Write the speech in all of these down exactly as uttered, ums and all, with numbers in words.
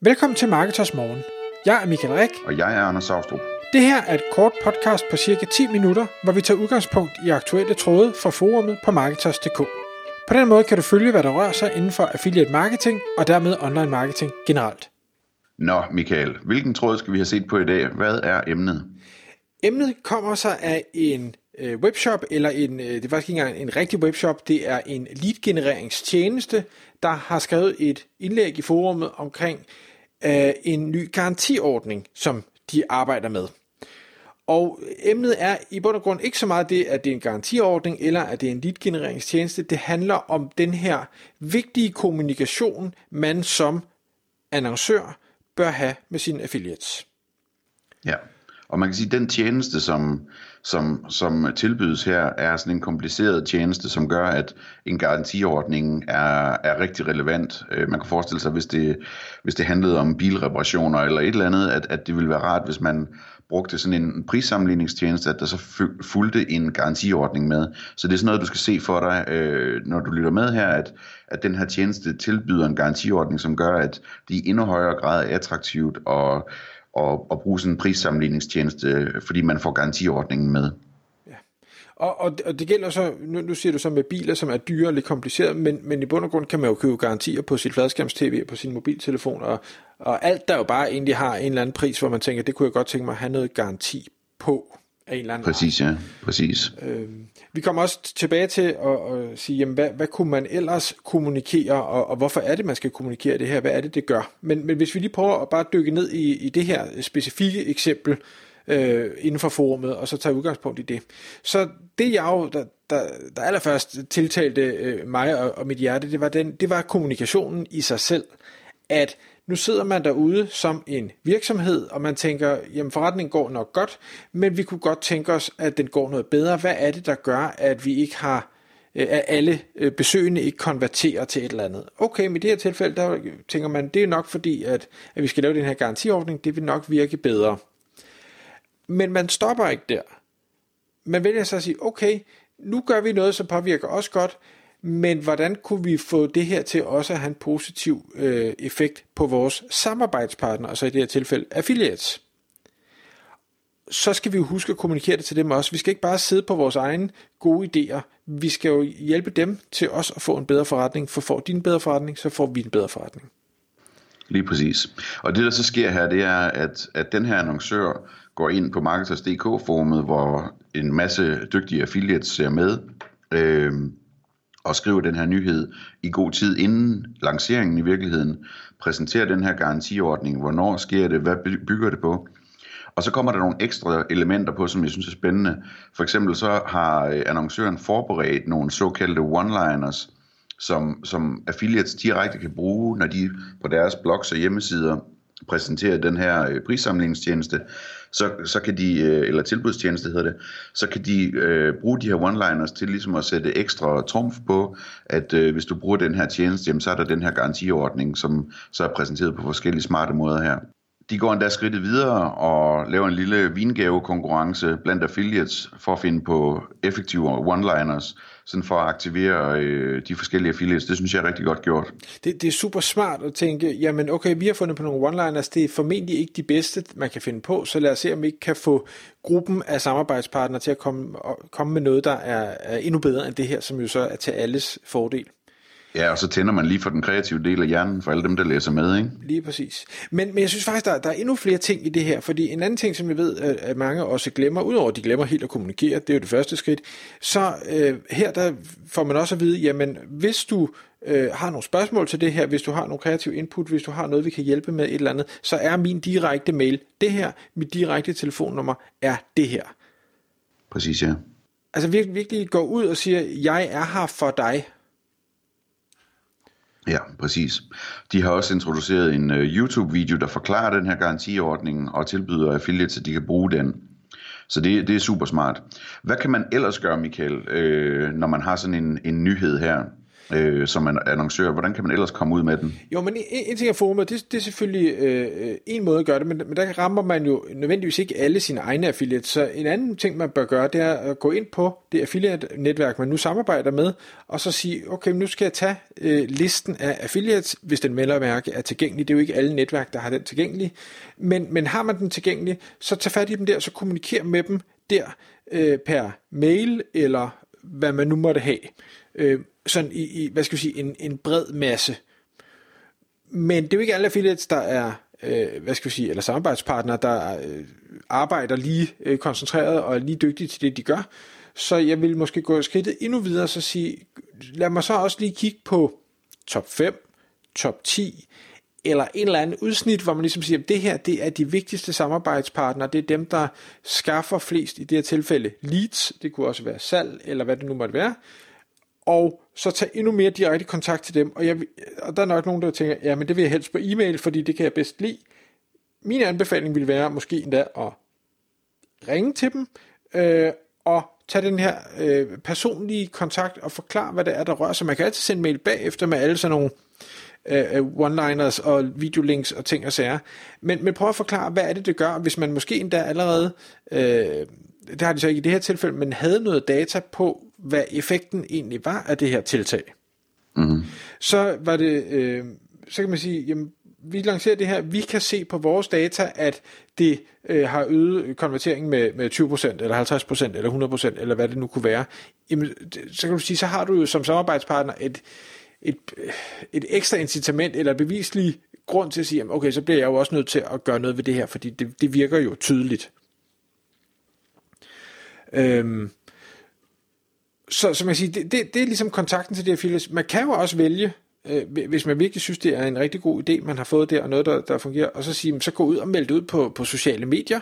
Velkommen til Marketers Morgen. Jeg er Michael Rik. Og jeg er Anders Saustrup. Det her er et kort podcast på cirka ti minutter, hvor vi tager udgangspunkt i aktuelle tråde fra forumet på Marketers punktum d k. På den måde kan du følge, hvad der rører sig inden for affiliate marketing og dermed online marketing generelt. Nå, Michael, hvilken tråd skal vi have set på i dag? Hvad er emnet? Emnet kommer så af en øh, webshop, eller en, øh, det er faktisk ikke engang en rigtig webshop, det er en lead-genereringstjeneste, der har skrevet et indlæg i forumet omkring øh, en ny garantiordning, som de arbejder med. Og emnet er i bund og grund ikke så meget det, at det er en garantiordning, eller at det er en lead-genereringstjeneste. Det handler om den her vigtige kommunikation, man som annoncør bør have med sine affiliates. Ja, og man kan sige, at den tjeneste, som, som, som tilbydes her, er sådan en kompliceret tjeneste, som gør, at en garantiordning er, er rigtig relevant. Man kan forestille sig, hvis det, hvis det handlede om bilreparationer eller et eller andet, at, at det ville være rart, hvis man brugte sådan en prissammenligningstjeneste, at der så fulgte en garantiordning med. Så det er sådan noget, du skal se for dig, øh, når du lytter med her, at, at den her tjeneste tilbyder en garantiordning, som gør, at de i endnu højere grad er attraktivt og Og, og bruge sådan en prissammenligningstjeneste, fordi man får garantiordningen med. Ja. Og, og, og det gælder så, nu, nu siger du så med biler, som er dyre og lidt kompliceret, men, men i bund og grund kan man jo købe garantier på sit fladskærms-tv, på sin mobiltelefon, og, og alt der jo bare egentlig har en eller anden pris, hvor man tænker, det kunne jeg godt tænke mig at have noget garanti på af en eller anden Præcis, ja. Præcis. Øhm, vi kommer også tilbage til at, at sige, jamen, hvad, hvad kunne man ellers kommunikere, og, og hvorfor er det, man skal kommunikere det her? Hvad er det, det gør? Men, men hvis vi lige prøver at bare dykke ned i, i det her specifikke eksempel øh, inden for forumet, og så tager udgangspunkt i det. Så det jeg jo, der, der, der allerførst tiltalte øh, mig og, og mit hjerte, det var, den, det var kommunikationen i sig selv, at nu sidder man derude som en virksomhed, og man tænker, jamen forretningen går nok godt, men vi kunne godt tænke os, at den går noget bedre. Hvad er det, der gør, at vi ikke har, at alle besøgende ikke konverterer til et eller andet? Okay, men i det her tilfælde, der tænker man, det er nok fordi, at, at vi skal lave den her garantiordning, det vil nok virke bedre. Men man stopper ikke der. Man vælger så at sige, okay, nu gør vi noget, som påvirker os godt, men hvordan kunne vi få det her til også at have en positiv øh, effekt på vores samarbejdspartnere, altså i det her tilfælde affiliates? Så skal vi jo huske at kommunikere det til dem også. Vi skal ikke bare sidde på vores egne gode idéer. Vi skal jo hjælpe dem til os at få en bedre forretning, for får de en bedre forretning, så får vi en bedre forretning. Lige præcis. Og det der så sker her, det er, at, at den her annoncør går ind på Marketers punktum d k-forumet, hvor en masse dygtige affiliates ser med, øh, og skriver den her nyhed i god tid inden lanceringen i virkeligheden, præsenterer den her garantiordning, hvornår sker det, hvad bygger det på, og så kommer der nogle ekstra elementer på, som jeg synes er spændende. For eksempel så har annoncøren forberedt nogle såkaldte one-liners, som, som affiliates direkte kan bruge, når de på deres blogs og hjemmesider præsenterer den her prissammenligningstjeneste, så, så kan de, eller tilbudstjeneste hedder det, så kan de øh, bruge de her one-liners til ligesom at sætte ekstra trumf på, at øh, hvis du bruger den her tjeneste, jamen, så er der den her garantiordning, som så er præsenteret på forskellige smarte måder her. De går endda skridtet videre og laver en lille vingavekonkurrence blandt affiliates for at finde på effektive one-liners, sådan for at aktivere øh, de forskellige affiliates. Det synes jeg er rigtig godt gjort. Det, det er super smart at tænke, jamen okay, vi har fundet på nogle one-liners, det er formentlig ikke de bedste, man kan finde på, så lad os se, om vi ikke kan få gruppen af samarbejdspartnere til at komme, komme med noget, der er, er endnu bedre end det her, som jo så er til alles fordel. Ja, og så tænder man lige for den kreative del af hjernen for alle dem, der læser med, ikke? Lige præcis. Men, men jeg synes faktisk, der, der er endnu flere ting i det her, fordi en anden ting, som jeg ved, at mange også glemmer, udover at de glemmer helt at kommunikere, det er jo det første skridt, så øh, her der får man også at vide, jamen hvis du øh, har nogle spørgsmål til det her, hvis du har nogle kreative input, hvis du har noget, vi kan hjælpe med et eller andet, så er min direkte mail det her, mit direkte telefonnummer er det her. Præcis, ja. Altså virkelig, virkelig gå ud og siger, jeg er her for dig. Ja, præcis. De har også introduceret en uh, YouTube-video, der forklarer den her garantiordning og tilbyder affiliates, at de kan bruge den. Så det, det er super smart. Hvad kan man ellers gøre, Michael, øh, når man har sådan en, en nyhed her? øh, som en annoncør. Hvordan kan man ellers komme ud med den? Jo, men en, en ting af forumet, det, det er selvfølgelig øh, en måde at gøre det, men, men der rammer man jo nødvendigvis ikke alle sine egne affiliates. Så en anden ting, man bør gøre, det er at gå ind på det affiliate-netværk, man nu samarbejder med, og så sige, okay, nu skal jeg tage øh, listen af affiliates, hvis den meldermærke er tilgængelig. Det er jo ikke alle netværk, der har den tilgængelig, men, men har man den tilgængelig, så tag fat i dem der, så kommuniker med dem der øh, per mail, eller hvad man nu måtte have. Øh, sådan i, i, hvad skal vi sige, en, en bred masse. Men det er jo ikke alle affiliates, der er, øh, hvad skal vi sige, eller samarbejdspartnere, der øh, arbejder lige øh, koncentreret og lige dygtige til det, de gør. Så jeg vil måske gå skridtet endnu videre og så sige, lad mig så også lige kigge på top fem, top ti, eller en eller anden udsnit, hvor man ligesom siger, at det her, det er de vigtigste samarbejdspartnere, det er dem, der skaffer flest, i det her tilfælde, leads, det kunne også være salg, eller hvad det nu måtte være, og så tage endnu mere direkte kontakt til dem, og, jeg, og der er nok nogen, der tænker, ja, men det vil jeg helst på e-mail, fordi det kan jeg bedst lide. Min anbefaling vil være måske endda at ringe til dem, øh, og tage den her øh, personlige kontakt, og forklare, hvad det er, der rører sig. Man kan altid sende mail bagefter med alle sådan nogle øh, one-liners og videolinks og ting og sager, men, men prøv at forklare, hvad er det, det gør, hvis man måske endda allerede, øh, det har de så ikke i det her tilfælde, men havde noget data på, hvad effekten egentlig var af det her tiltag. Mm-hmm. Så var det, øh, så kan man sige, jamen, vi lancerer det her, vi kan se på vores data, at det øh, har øget konverteringen med, med tyve procent, eller halvtreds procent, eller hundrede procent, eller hvad det nu kunne være. Jamen, så kan du sige, så har du jo som samarbejdspartner et, et, et ekstra incitament, eller beviselig grund til at sige, jamen, okay, så bliver jeg jo også nødt til at gøre noget ved det her, fordi det, det virker jo tydeligt. Øhm, så som jeg siger, det, det, det er ligesom kontakten til det affiliates. Man kan jo også vælge, øh, hvis man virkelig synes, det er en rigtig god idé, man har fået der, og noget, der, der fungerer, og så sige, så gå ud og melde det ud på, på sociale medier.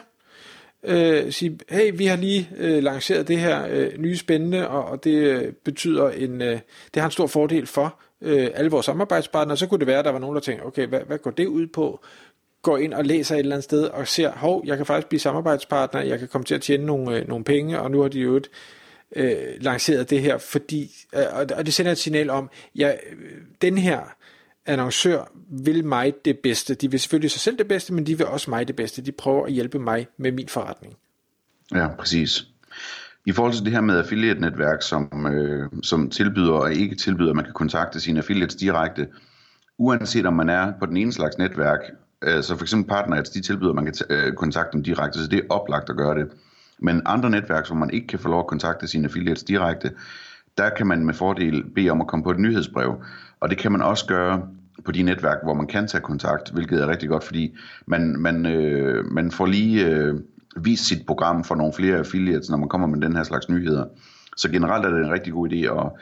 Øh, sige, hey, vi har lige øh, lanceret det her øh, nye spændende, og, og det øh, betyder en, øh, det har en stor fordel for øh, alle vores samarbejdspartnere. Så kunne det være, at der var nogen, der tænker, okay, hvad, hvad går det ud på? Går ind og læser et eller andet sted og ser, hov, jeg kan faktisk blive samarbejdspartner, jeg kan komme til at tjene nogle, øh, nogle penge, og nu har de jo et øh, lanceret det her, fordi, øh, og det sender et signal om, ja, den her annoncør vil mig det bedste. De vil selvfølgelig sig selv det bedste, men de vil også mig det bedste. De prøver at hjælpe mig med min forretning. Ja, præcis. I forhold til det her med affiliate-netværk, som, øh, som tilbyder og ikke tilbyder, at man kan kontakte sine affiliates direkte, uanset om man er på den ene slags netværk, øh, så for eksempel partners, de tilbyder, at man kan t- øh, kontakte dem direkte, så det er oplagt at gøre det. Men andre netværk, hvor man ikke kan få lov at kontakte sine affiliates direkte, der kan man med fordel bede om at komme på et nyhedsbrev. Og det kan man også gøre på de netværk, hvor man kan tage kontakt, hvilket er rigtig godt, fordi man, man, øh, man får lige øh, vist sit program for nogle flere affiliates, når man kommer med den her slags nyheder. Så generelt er det en rigtig god idé at,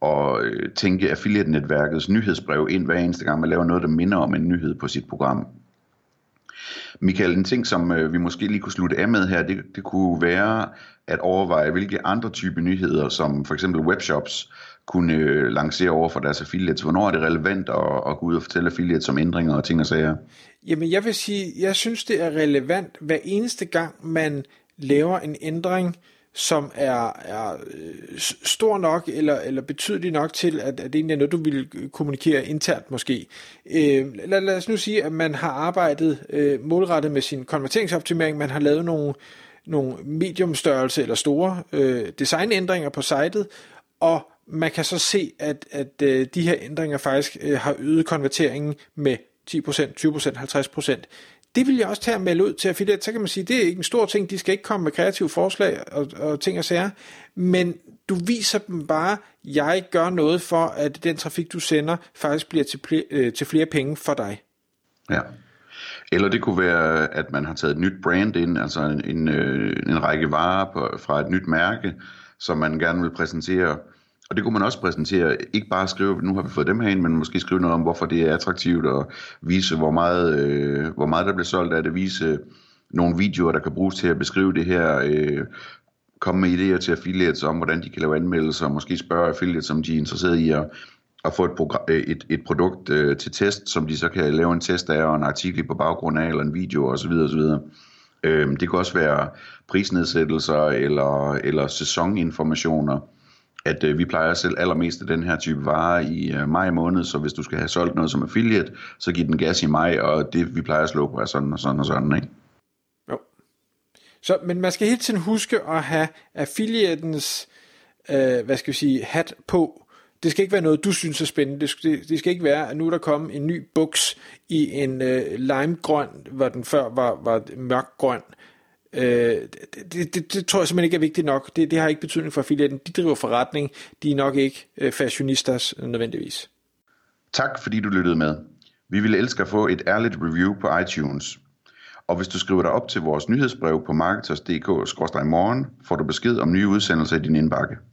at tænke affiliate-netværkets nyhedsbrev ind hver eneste gang, man laver noget, der minder om en nyhed på sit program. Michael, en ting, som øh, vi måske lige kunne slutte af med her, det, det kunne være at overveje, hvilke andre typer nyheder, som for eksempel webshops, kunne øh, lancere over for deres affiliates. Hvornår er det relevant at, at gå ud og fortælle affiliates om ændringer og ting og sager? Jamen jeg vil sige, jeg synes det er relevant hver eneste gang, man laver en ændring, som er, er stor nok eller, eller betydelig nok til, at, at det egentlig er noget, du vil kommunikere internt måske. Øh, lad, lad os nu sige, at man har arbejdet øh, målrettet med sin konverteringsoptimering, man har lavet nogle, nogle mediumstørrelse eller store øh, designændringer på sitet, og man kan så se, at, at øh, de her ændringer faktisk øh, har øget konverteringen med ti procent, tyve procent, halvtreds procent. Det vil jeg også tage at melde ud til affiliate. Så kan man sige, det er ikke en stor ting, de skal ikke komme med kreative forslag og, og ting og sager, men du viser dem bare, jeg gør noget for, at den trafik, du sender, faktisk bliver til, pl- øh, til flere penge for dig. Ja. Eller det kunne være, at man har taget et nyt brand ind, altså en, en, en række varer på, fra et nyt mærke, som man gerne vil præsentere. Og det kunne man også præsentere, ikke bare skrive, nu har vi fået dem herind, men måske skrive noget om, hvorfor det er attraktivt, og vise, hvor meget, øh, hvor meget der bliver solgt af det, vise nogle videoer, der kan bruges til at beskrive det her, øh, komme med idéer til affiliates om, hvordan de kan lave anmeldelser, og måske spørge affiliates, om de er interesseret i at, at få et, progr- et, et produkt øh, til test, som de så kan lave en test af, og en artikel på baggrund af, eller en video osv. osv. Øh, det kan også være prisnedsættelser, eller, eller sæsoninformationer. at øh, vi plejer at sælge allermest af den her type varer i øh, maj måned, så hvis du skal have solgt noget som affiliate, så giv den gas i maj, og det vi plejer at slå på er sådan og sådan og sådan, ikke? Jo. Så, men man skal hele tiden huske at have affiliatens, øh, hvad skal vi sige, hat på. Det skal ikke være noget, du synes er spændende. Det skal, det skal ikke være, at nu er der kommet en ny buks i en øh, limegrøn, hvor den før var, var mørkgrøn. Øh, det, det, det, det tror jeg simpelthen ikke er vigtigt nok. Det, det har ikke betydning for affiliaten. De driver forretning. De er nok ikke øh, fashionistas nødvendigvis. Tak fordi du lyttede med. Vi ville elske at få et ærligt review på iTunes. Og hvis du skriver dig op til vores nyhedsbrev på marketers punktum d k skråstreg morgen, får du besked om nye udsendelser i din indbakke.